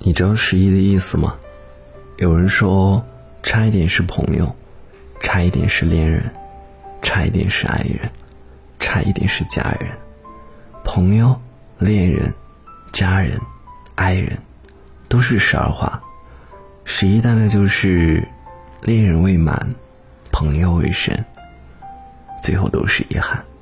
你知道11的意思吗？有人说，差一点是朋友，差一点是恋人，差一点是爱人，差一点是家人。朋友、恋人、家人、爱人都是12画，11大概就是恋人未满，朋友未深，最后都是遗憾。